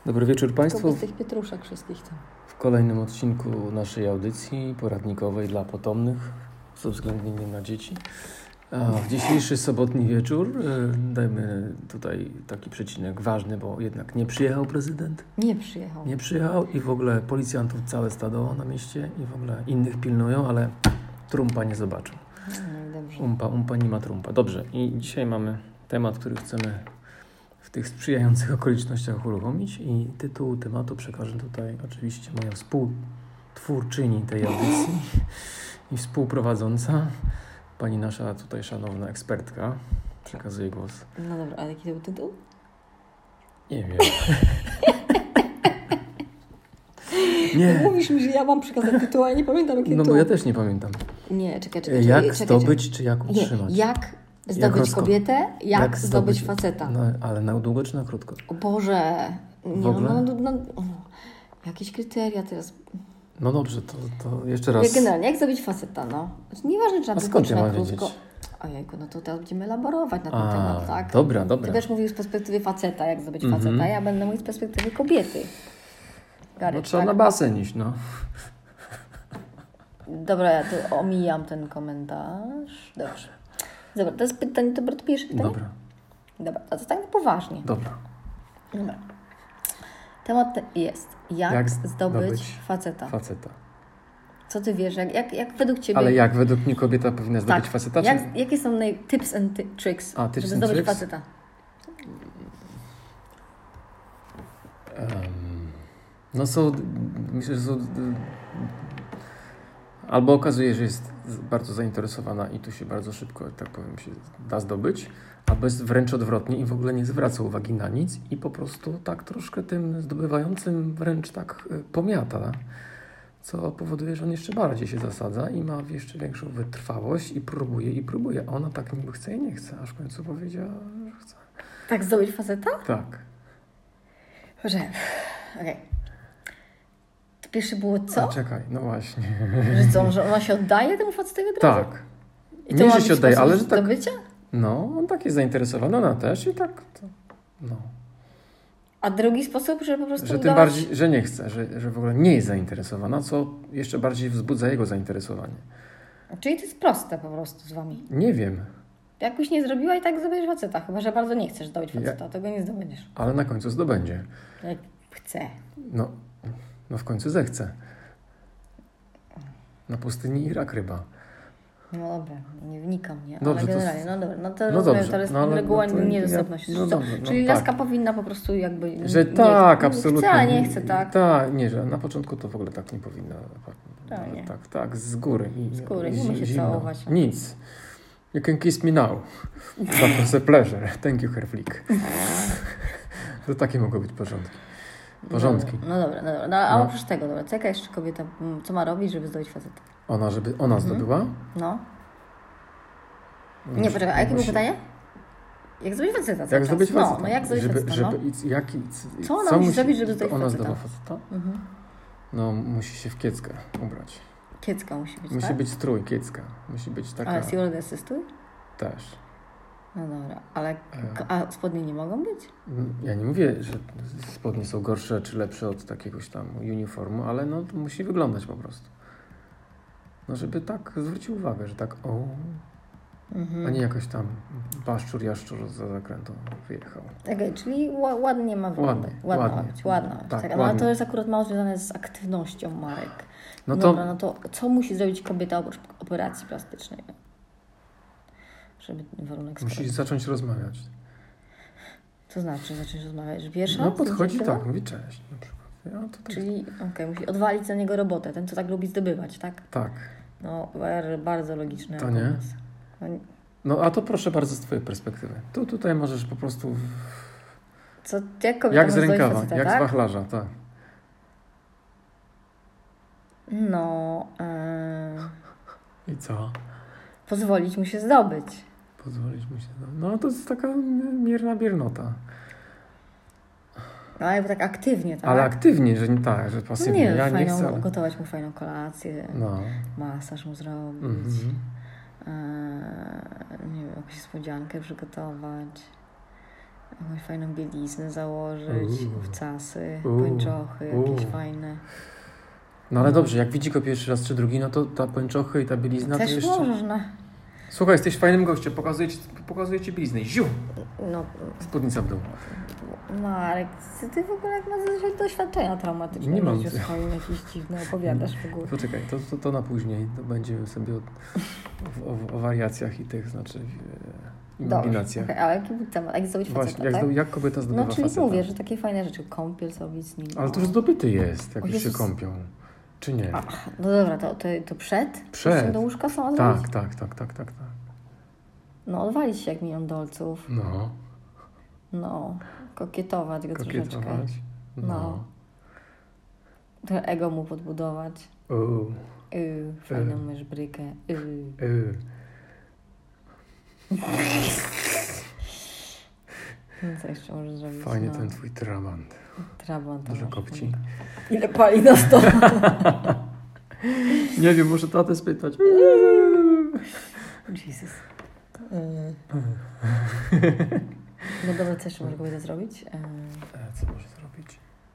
Dobry wieczór Państwu. Bez tych pietruszek wszystkich tam. W kolejnym odcinku naszej audycji poradnikowej dla potomnych z uwzględnieniem na dzieci. A w dzisiejszy sobotni wieczór dajmy tutaj taki przecinek ważny, bo jednak nie przyjechał prezydent. Nie przyjechał i w ogóle policjantów całe stado na mieście i w ogóle innych pilnują, ale trumpa nie zobaczył. Dobrze. Umpa, nie ma trumpa. Dobrze. I dzisiaj mamy temat, który chcemy w tych sprzyjających okolicznościach uruchomić i tytuł tematu przekażę tutaj oczywiście moja współtwórczyni tej audycji i współprowadząca, pani nasza tutaj szanowna ekspertka. Przekazuję głos. No dobra, a jaki to był tytuł? Nie wiem. Nie. Mówisz mi, że ja mam przekazać tytuł, a ja nie pamiętam jaki No tytuł. bo ja też nie pamiętam. Nie, czekaj. Jak zdobyć, czy jak utrzymać? Nie, jak zdobyć kobietę, jak zdobyć faceta. No, ale na długo czy na krótko? O Boże. Nie, W ogóle? Jakieś kryteria teraz. No dobrze, to jeszcze raz. Generalnie, jak zdobyć faceta, no. Znaczy, nieważne, czy na A długo, skąd czy ja na mam krótko. wiedzieć? Ojejku, no to teraz będziemy elaborować na ten temat, tak? Dobra. Ty będziesz mówił z perspektywy faceta, jak zdobyć faceta, ja będę mówił z perspektywy kobiety. Gary, No trzeba tak? na basen iść, no. Dobra, ja tu omijam ten komentarz. Dobrze. Dobra, to jest pytanie, to pierwsze pytanie? Dobra, a to tak poważnie. Dobra. Temat jest, jak zdobyć faceta. Co ty wiesz, jak według ciebie... Ale jak według mnie kobieta powinna zdobyć faceta? Jakie są tips and tricks, żeby zdobyć faceta? Myślę, że albo okazuje, że jest bardzo zainteresowana i tu się bardzo szybko, tak powiem, się da zdobyć, albo jest wręcz odwrotnie i w ogóle nie zwraca uwagi na nic i po prostu tak troszkę tym zdobywającym wręcz tak pomiata, co powoduje, że on jeszcze bardziej się zasadza i ma jeszcze większą wytrwałość i próbuje, a ona tak niby chce i nie chce, aż w końcu powiedziała, że chce. Tak zdobyć faceta? Tak. Okej. To pierwsze było co? A czekaj, no właśnie. Że co, że ona się oddaje temu facetowi od razu? Tak. I to nie, ma że się oddaje, ale że tak... zdobycia? No, on tak jest zainteresowany, ona też i tak... No. A drugi sposób, że po prostu że tym bardziej, że nie chce, że w ogóle nie jest zainteresowana, co jeszcze bardziej wzbudza jego zainteresowanie. Czyli to jest proste po prostu z wami. Nie wiem. Jakoś nie zrobiła i tak zdobędziesz faceta, chyba że bardzo nie chcesz zdobyć faceta, tego nie zdobędziesz. Ale na końcu zdobędzie. Jak chce. No w końcu zechce. Na pustyni Irak ryba. No dobra, nie wnikam, nie? Dobrze, ale generalnie, to dobrze. To jest reguła niedostępności. Czyli tak. laska powinna po prostu jakby... Że tak, absolutnie. Chce, ale nie chce, tak? Tak, nie, że na początku to w ogóle tak nie powinna. Nie. Tak, z góry. Nie musi się całować. Nic. You can kiss me now. That was a pleasure. Thank you, Herr Flick. To takie mogą być porządki. No dobra. No, a oprócz tego, dobra, co jaka jeszcze kobieta, co ma robić, żeby zdobyć faceta? Ona zdobyła? No. Nie, poczekaj, a jakie było pytanie? Jak zdobyć faceta? Jak zdobyć faceta? No, jak zdobyć faceta, Co ona musi zrobić, żeby zdobyć ona faceta? Ona zdobyła faceta? No, musi się w kieckę ubrać. Kiecka musi być, Musi tak? być strój, kiecka. Musi być taka... Ale stewardessy stój? Też. No dobra, ale a spodnie nie mogą być? Ja nie mówię, że spodnie są gorsze czy lepsze od takiegoś tam uniformu, ale no to musi wyglądać po prostu. No żeby tak zwrócił uwagę, że tak a nie jakoś tam paszczur, jaszczur za zakrętą wyjechał. Okej, czyli ładnie ma wyglądać. Ładna. Tak, no, ale to jest akurat mało związane z aktywnością marek. No to co musi zrobić kobieta oprócz operacji plastycznej? Żeby warunek musi zacząć rozmawiać. Co znaczy zacząć rozmawiać? Że pierwsza? No podchodzi tak, mówi cześć na przykład. Czyli musi odwalić za niego robotę, ten co tak lubi zdobywać, tak? Tak. No bardzo logiczne. To nie? No a to proszę bardzo z twojej perspektywy. Tutaj możesz po prostu... Jak z rękawa, faceta, jak tak? Z wachlarza, tak. No... I co? Pozwolić mu się zdobyć. No to jest taka mierna biernota. No ale tak aktywnie, tak? Ale aktywnie, że nie tak, że pasywnie. No nie chcę. Gotować mu fajną kolację, masaż mu zrobić, nie wiem, jakąś niespodziankę przygotować. Jakąś fajną bieliznę założyć, wcasy, pończochy jakieś fajne. No ale dobrze, jak widzi go pierwszy raz czy drugi, no to ta pończochy i ta bielizna też to jeszcze... można. Słuchaj, jesteś fajnym gościem, pokazuję ci bieliznę. Ziu! No. Spódnica w dół. Marek, ty w ogóle jak masz doświadczenia traumatyczne. Nie mam. Swoim jakieś dziwne opowiadasz w ogóle. Poczekaj, to na później. To będziemy sobie o wariacjach i tych, znaczy imaginacjach. Okay, a jaki był temat? Jak zdobyć faceta, właśnie, jak kobieta zdobywa faceta? No, czyli faceta. mówię, że takie fajne rzeczy. Kąpiel zrobić z nim. Ale to już zdobyty jest, jak już się kąpią. Czy nie? No dobra, to przed? Przed. Do łóżka sama zrobić? Tak. No, odwalić się jak milion dolców. No, kokietować go troszeczkę. No. To ego mu podbudować. Fajną masz brykę. No co jeszcze możesz zrobić? Fajnie ten twój trabant. Dużo kopci. Ile pali na stole? Nie wiem, muszę tatę spytać. Jesus. No dobra, co jeszcze może kobieta zrobić? Co może zrobić?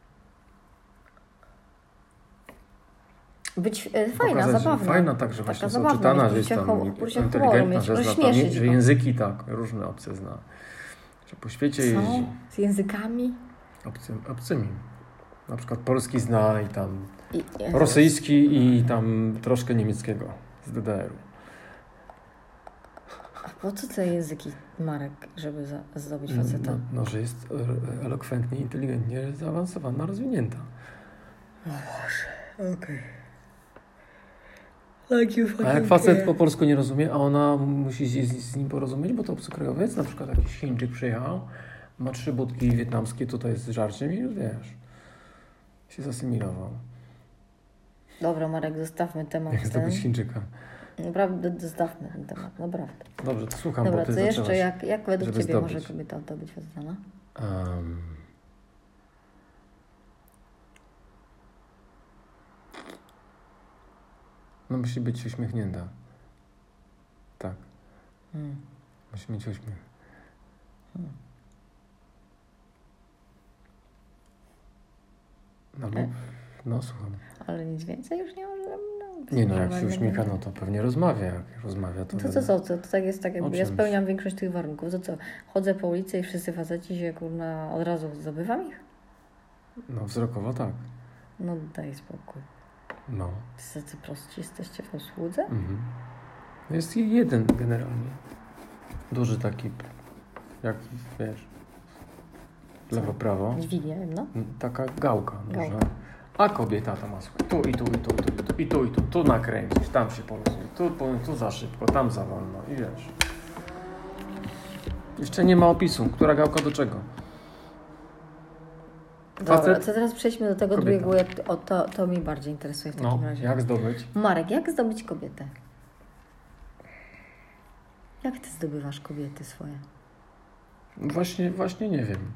Być fajna, zabawna. Fajna, także właśnie jest oczytana, że jest tam inteligentna, że języki różne obce zna. Że po świecie jeździ. Z językami? Obcymi. Na przykład polski zna i tam rosyjski i tam troszkę niemieckiego z DDR-u. A po co te języki, Marek, żeby zdobyć faceta? No, że jest elokwentnie, inteligentnie, zaawansowana, rozwinięta. O Boże, okej. A jak facet po polsku nie rozumie, a ona musi z nim porozumieć, bo to obcokrajowiec, na przykład jakiś Chińczyk przyjechał, ma 3 budki wietnamskie tutaj z żarciem i już wiesz, się zasymilował. Dobra, Marek, zostawmy temat. Jak zdobyć Chińczyka? Naprawdę, zostawmy ten temat, naprawdę. Dobrze, to słucham, dobra, bo ty co jeszcze, jak według Ciebie zdobyć. może kobieta zdobyć faceta? No musi być uśmiechnięta. Tak. Musi mieć uśmiech. No słucham. Ale nic więcej już nie może robić? Nie no, jak się uśmiecha, no to pewnie rozmawia. Jak rozmawia, to... To tak jest tak, jakby ja spełniam większość tych warunków. To co, chodzę po ulicy i wszyscy faceci się od razu zdobywam ich? No wzrokowo tak. No daj spokój. No. Tacy prości jesteście w usłudze? Jest jeden generalnie. Duży taki, jak wiesz, lewo-prawo. Dźwignia, no? Taka gałka duża. A kobieta to ma tu i tu. Tu nakręcisz, tam się poluzuje. Tu za szybko, tam za wolno i wiesz. Jeszcze nie ma opisu, która gałka do czego. Dobra, to teraz przejdźmy do tego drugiego, to mnie bardziej interesuje w takim razie. Jak zdobyć? Marek, jak zdobyć kobietę? Jak ty zdobywasz kobiety swoje? Właśnie nie wiem.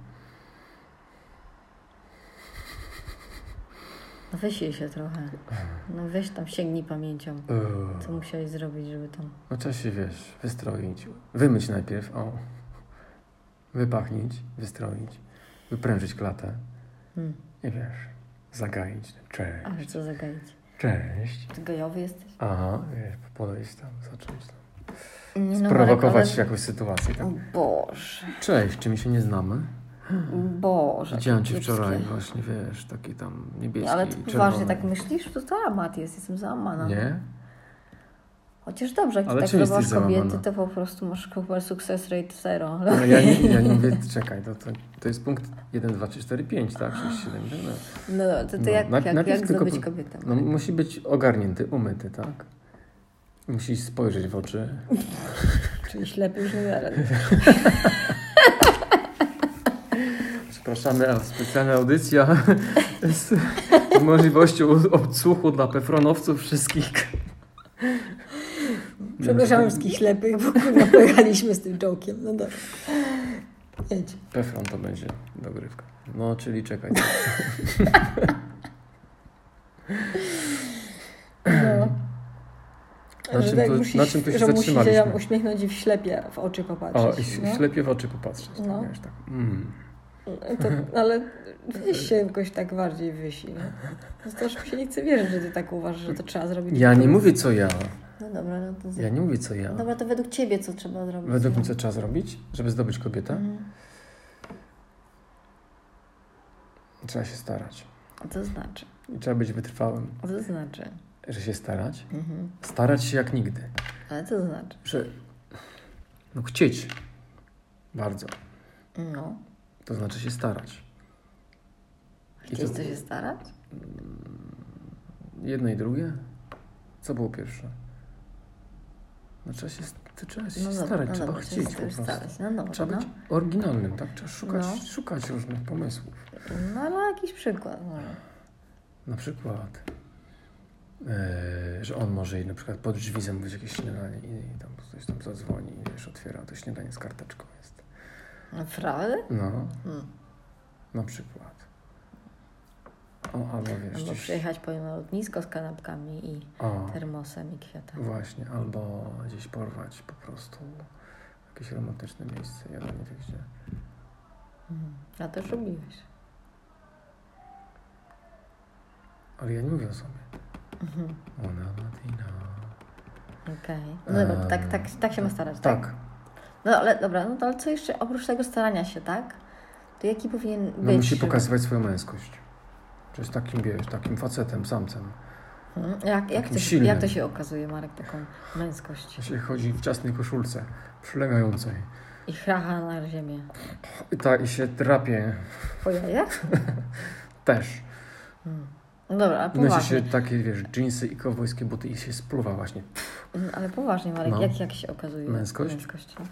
No weź jej się trochę. No weź tam, sięgnij pamięcią. Co musiałeś zrobić, żeby tam... No trzeba się, wiesz, wystroić. Wymyć najpierw, wypachnić, wystroić, wyprężyć klatę. I wiesz, zagaić. Cześć. A co zagaić? Cześć. Ty gejowy jesteś? Aha, wiesz, podejść tam, zacząć tam. Sprowokować jakąś sytuację. Tak? O Boże. Cześć, czy my się nie znamy? Boże. Widziałem Cię wczoraj właśnie, wiesz, taki tam niebieski, ale ty poważnie tak myślisz? To dramat jestem załamana. Nie? Chociaż dobrze, jak ty tak zdobywasz kobiety, to po prostu masz success rate 0. No ja nie mówię, czekaj, to jest punkt 1, 2, 3, 4, 5, tak? 6, 7, 8. No to jak zdobyć kobietę? No musi być ogarnięty, umyty, tak? Musi spojrzeć w oczy. Czyli ślepy już nie zaraz. Przepraszamy, specjalna audycja z możliwością odsłuchu dla pefronowców wszystkich. Przepraszam wszystkich ślepych, bo pojechaliśmy z tym joke'iem. No dobra. Jedź. Pefron to będzie dogrywka. No, czyli czekaj. No. Na czym tu się że zatrzymaliśmy? Musi się uśmiechnąć i w ślepie w oczy popatrzeć. O, i w ślepie w oczy popatrzeć. No. Tak, tak. Ale weź się jakoś tak bardziej wysi. No to aż mi się nie chce wierzyć, że ty tak uważasz, że to trzeba zrobić. Ja nie mówię, co ja. No dobra, no to... Ja nie mówię, co ja. No dobra, to według ciebie co trzeba zrobić? Według mnie co trzeba zrobić, żeby zdobyć kobietę? Trzeba się starać. A to znaczy? I trzeba być wytrwałym. A to znaczy? Że się starać? Starać się jak nigdy. Ale to znaczy? Że chcieć bardzo. No. To znaczy się starać. Chcieć to się starać? Jedno i drugie? Co było pierwsze? No trzeba się starać, trzeba chcieć po prostu. Trzeba być oryginalnym, tak? Trzeba szukać różnych pomysłów. No ale jakiś przykład może. Na przykład, że on może jej na przykład pod drzwi zamówić jakieś śniadanie i tam ktoś tam zadzwoni i wiesz, otwiera to śniadanie z karteczką jest. Naprawdę? No. Na przykład. Albo wiesz, albo przyjechać po nią na lotnisko z kanapkami i termosem i kwiatami. Właśnie, albo gdzieś porwać po prostu jakieś romantyczne miejsce. Ja nie wiem gdzie. A to już robiłeś. Ale ja nie mówię o sobie. Ona Latina. Okej. No dobra, tak się ma starać, tak? Tak. No ale dobra, no to ale co jeszcze oprócz tego starania się, tak? To jaki powinien być? Musi pokazywać swoją męskość. Że jest takim, wiesz, takim facetem, samcem. Jak to się okazuje, Marek, taką męskość? Jeśli chodzi w ciasnej koszulce, przylegającej. I chracha na ziemię. I się drapie. Po jajach? Też. No dobra, ale poważnie. Nosi się takie, wiesz, dżinsy i kowbojskie buty i się spluwa właśnie. Ale poważnie, Marek, jak się okazuje męskość?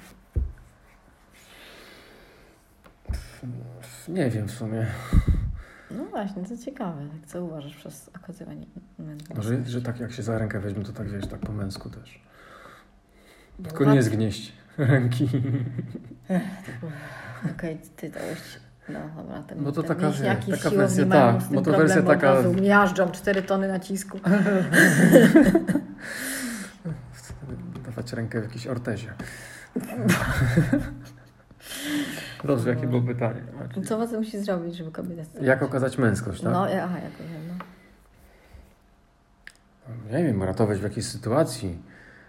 Nie wiem w sumie. No właśnie, to ciekawe. Tak co uważasz przez okazywanie męskości? Może, że tak jak się za rękę weźmie, to tak wiesz, tak po męsku też. Tylko nie zgnieść ręki. Okej, ty to już... No dobra, bo to taka wersja, tak, bo to wersja taka... Miażdżą 4 tony nacisku. Dawać rękę w jakiejś ortezie. Dobrze, jakie było pytanie? Co facet musi zrobić, żeby kobietę starać? Jak okazać męskość, tak? No, jak Nie wiem, ratować w jakiejś sytuacji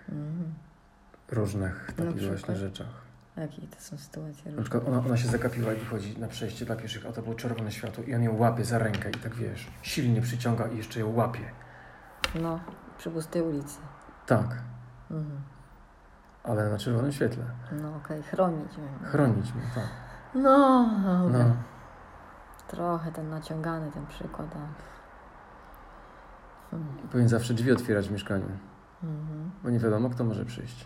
różnych takich właśnie rzeczach. Jakie to są sytuacje? Na przykład ona się zagapiła i wychodzi na przejście dla pieszych, a to było czerwone światło i on ją łapie za rękę i tak wiesz, silnie przyciąga i jeszcze ją łapie. No, przy pustej ulicy. Tak. Ale na czerwonym świetle. No okej, chronić mnie. Chronić mnie, tak. No. Trochę ten naciągany ten przykład. Powinien zawsze drzwi otwierać w mieszkaniu. Bo nie wiadomo, kto może przyjść.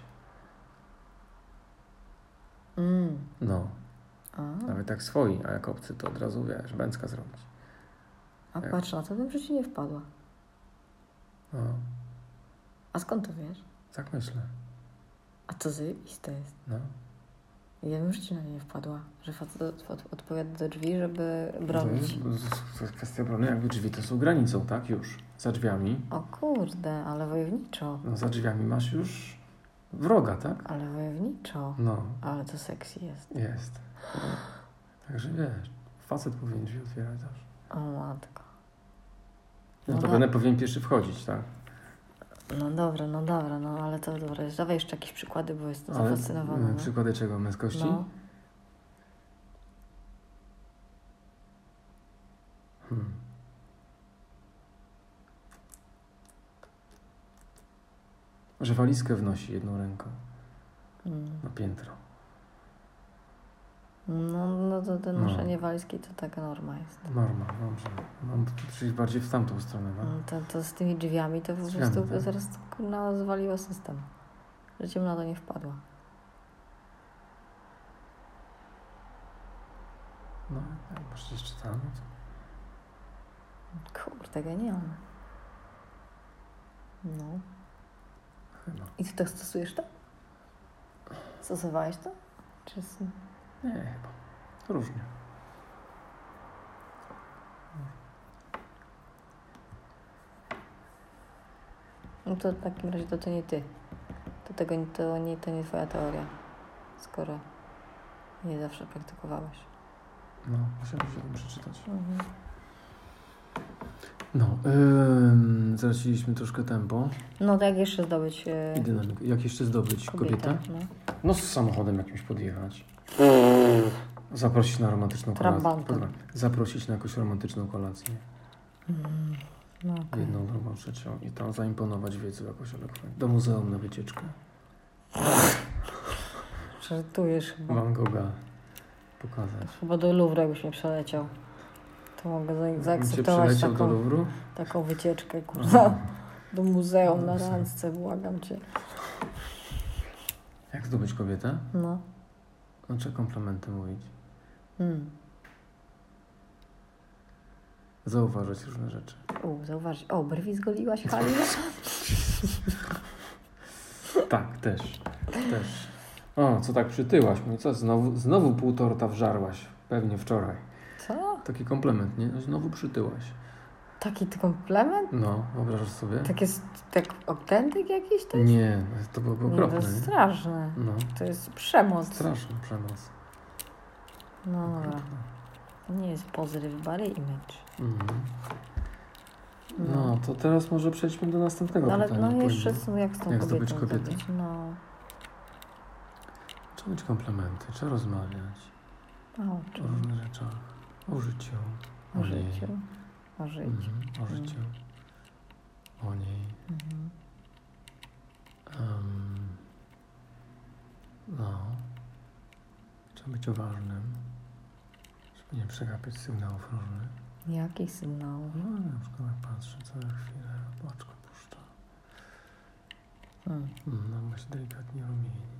No. Nawet tak swoi, a jak obcy, to od razu wiesz, bęcka zrobić. A patrz, na to bym w życiu nie wpadła. No. A skąd to wiesz? Tak myślę. A to zajebiste jest. No. Ja bym w życiu na nie wpadła, że facet odpowiada do drzwi, żeby bronić. To jest kwestia obrony, jakby drzwi to są granicą, tak? Już. Za drzwiami. O kurde, ale wojowniczo. No za drzwiami masz już wroga, tak? Ale wojowniczo. No. Ale to sexy jest. Jest. Także wiesz, facet powinien drzwi otwierać zawsze. O matko. No to będę powinien pierwszy wchodzić, tak? No dobra, ale to dobra. Dawaj jeszcze jakieś przykłady, bo jestem zafascynowana. No. Przykłady czego? Męskości? No. Że walizkę wnosi jedną ręką na piętro. No to noszenie walizki to taka norma jest. Norma, dobrze. Mam czyli bardziej w tamtą stronę. No? To z tymi drzwiami to po prostu tak? Zaraz kurna zwaliła system. Życiem na to nie wpadła. No, jak masz jeszcze tam. Kurde, genialne. No. Chyba. I ty to stosujesz to? Stosowałeś to? Czy... Nie, chyba. Różnie. No to w takim razie to nie ty. To nie twoja teoria. Skoro nie zawsze praktykowałeś. No, musiałem się tam przeczytać. Mhm. No, straciliśmy troszkę tempo. No to jak jeszcze zdobyć... I dynamikę. Jak jeszcze zdobyć kobietę? No z samochodem jakimś podjechać. Zaprosić na romantyczną kolację. Zaprosić na jakąś romantyczną kolację. No, okay. Jedną, drugą, trzecią. I tam zaimponować wiedzą jakoś elokwentnie. Do muzeum na wycieczkę. Żartujesz chyba. Van Gogha pokazać. Chyba do Louvre jakbyś nie przeleciał. To mogę zaakceptować taką wycieczkę, kurwa. Do muzeum na randce, błagam cię. Jak zdobyć kobietę? No. No czy komplementy mówić? Zauważyć różne rzeczy. Zauważyć. O, brwi zgoliłaś, Hali? Tak, też. O, co tak przytyłaś? No i co, znowu pół torta wżarłaś. Pewnie wczoraj. Co? Taki komplement, nie? Znowu przytyłaś. Taki ty komplement? No, wyobrażasz sobie? Tak autentyk jakiś to jest? Nie, to byłoby okropne. To jest straszne. No. To jest przemoc. Straszna przemoc. No dobra. To nie jest positive body image. No, to teraz może przejdźmy do następnego pytania. No jeszcze jak z tą kobietą zdobyć kobietę? No. Trzeba mieć komplementy, trzeba rozmawiać. O różnych rzeczach. O życiu. O życiu. O życiu. O niej. No. Trzeba być uważnym. Żeby nie przegapić sygnałów różnych. Jakich sygnałów? No, na przykład jak patrzę co chwilę, oczko puszcza. No, ma się delikatnie rumieni.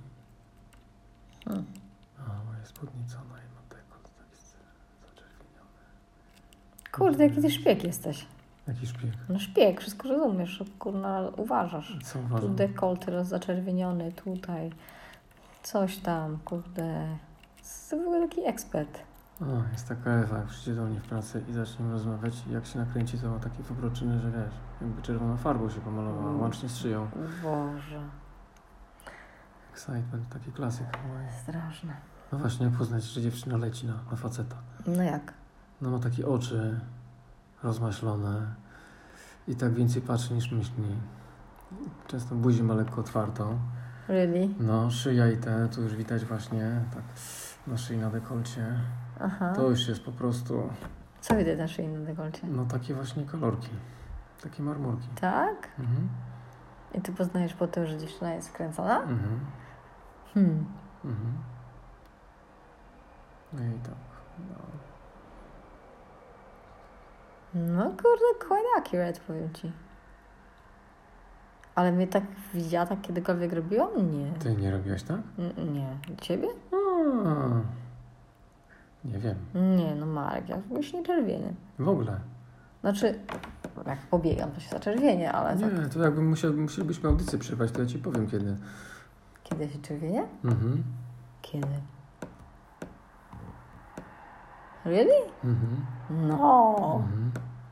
A, moja spódnica, ona i ma dekolt taki zaczerwieniony. Kurde, jaki ty szpieg jesteś. Jaki szpieg? No szpieg, wszystko rozumiesz, kurna, uważasz. Co uważam? Tu dekolt zaczerwieniony, tutaj coś tam, kurde. To w ogóle taki ekspert. O, jest taka Ewa, jak przyjdzie do mnie w pracy i zaczniemy rozmawiać i jak się nakręci, to ma takie wybroczyny, że wiesz, jakby czerwoną farbą się pomalowała, łącznie z szyją. Boże. Excitement, taki klasyk. Straszne. No właśnie, jak poznać, że dziewczyna leci na faceta. No jak? No ma takie oczy rozmaślone i tak więcej patrzy niż myśli. Często buzię ma lekko otwartą. Really? No, szyja i tu już widać właśnie, tak, na szyi, na dekolcie. Aha. To już jest po prostu... Co widać na szyi, na dekolcie? No takie właśnie kolorki. Takie marmurki. Tak? Mhm. I ty poznajesz po tym, że dziewczyna jest wkręcona? Mhm. Mhm. No i tak. No kurde, quite accurate, powiem ci. Ale mnie tak widziała, tak kiedykolwiek robiłam? Nie. Ty nie robiłaś tak? Nie. Ciebie? Nie wiem. Nie, no Marek, ja już nie czerwienię. W ogóle? Znaczy, jak pobiegam, to się zaczerwienię, ale nie, tak... to jakby musielibyśmy audycję przerwać, to ja ci powiem kiedy. Kiedy się czerwienię? Mhm. Kiedy? Really? Mhm. No. Mhm.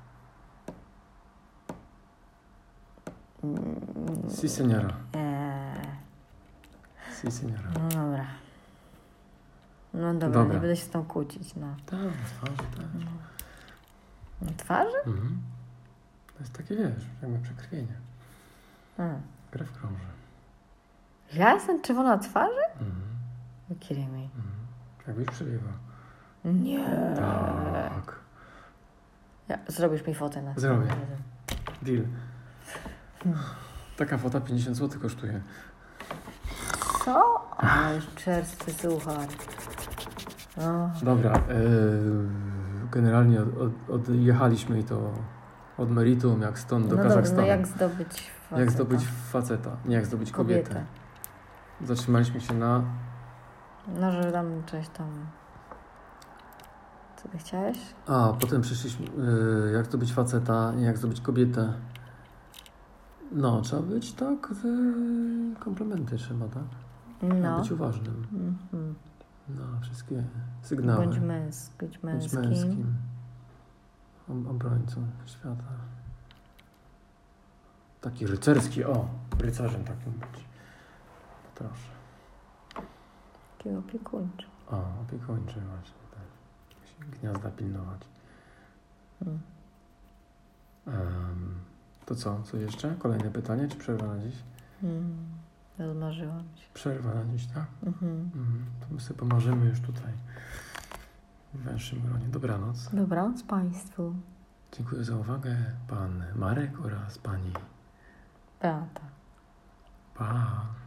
Si, seniora. Si, seniora. No dobra. No dobra, nie będę się z tą kłócić, no. Tak, na twarzy, tak. Na twarzy? Mhm. To jest takie, wiesz, jakby przekrwienie. Krew krąży. Ja jestem czerwona na twarzy? Mhm. Kidding me. Mhm. Jakbyś przebiegła. Nie. Tak. Zrobisz mi fotę na Zrobię. Deal. Taka fota 50 zł kosztuje. Co? Ale czerstwy suchar. Dobra. Generalnie odjechaliśmy i to od meritum, jak stąd do Kazachstanu. No jak zdobyć faceta? Jak zdobyć faceta, nie jak zdobyć kobietę. Zatrzymaliśmy się na... No, że tam coś tam... Co ty chciałeś? A, potem przyszliśmy, jak zdobyć faceta, nie jak zdobyć kobietę. No, trzeba być tak, komplementy trzeba, tak? Trzeba być uważnym. No, wszystkie sygnały. Bądź męskim. Obrońcą świata. Taki rycerski, rycerzem takim być. Proszę. Taki opiekuńczy. Opiekuńczy właśnie, tak. Gniazda pilnować. To co? Co jeszcze? Kolejne pytanie, czy przerwa na dziś? Rozmarzyłam się. Przerwa na dziś, tak? To my sobie pomarzymy już tutaj w węższym gronie. Dobranoc. Dobranoc Państwu. Dziękuję za uwagę. Pan Marek oraz Pani Beata. Pa.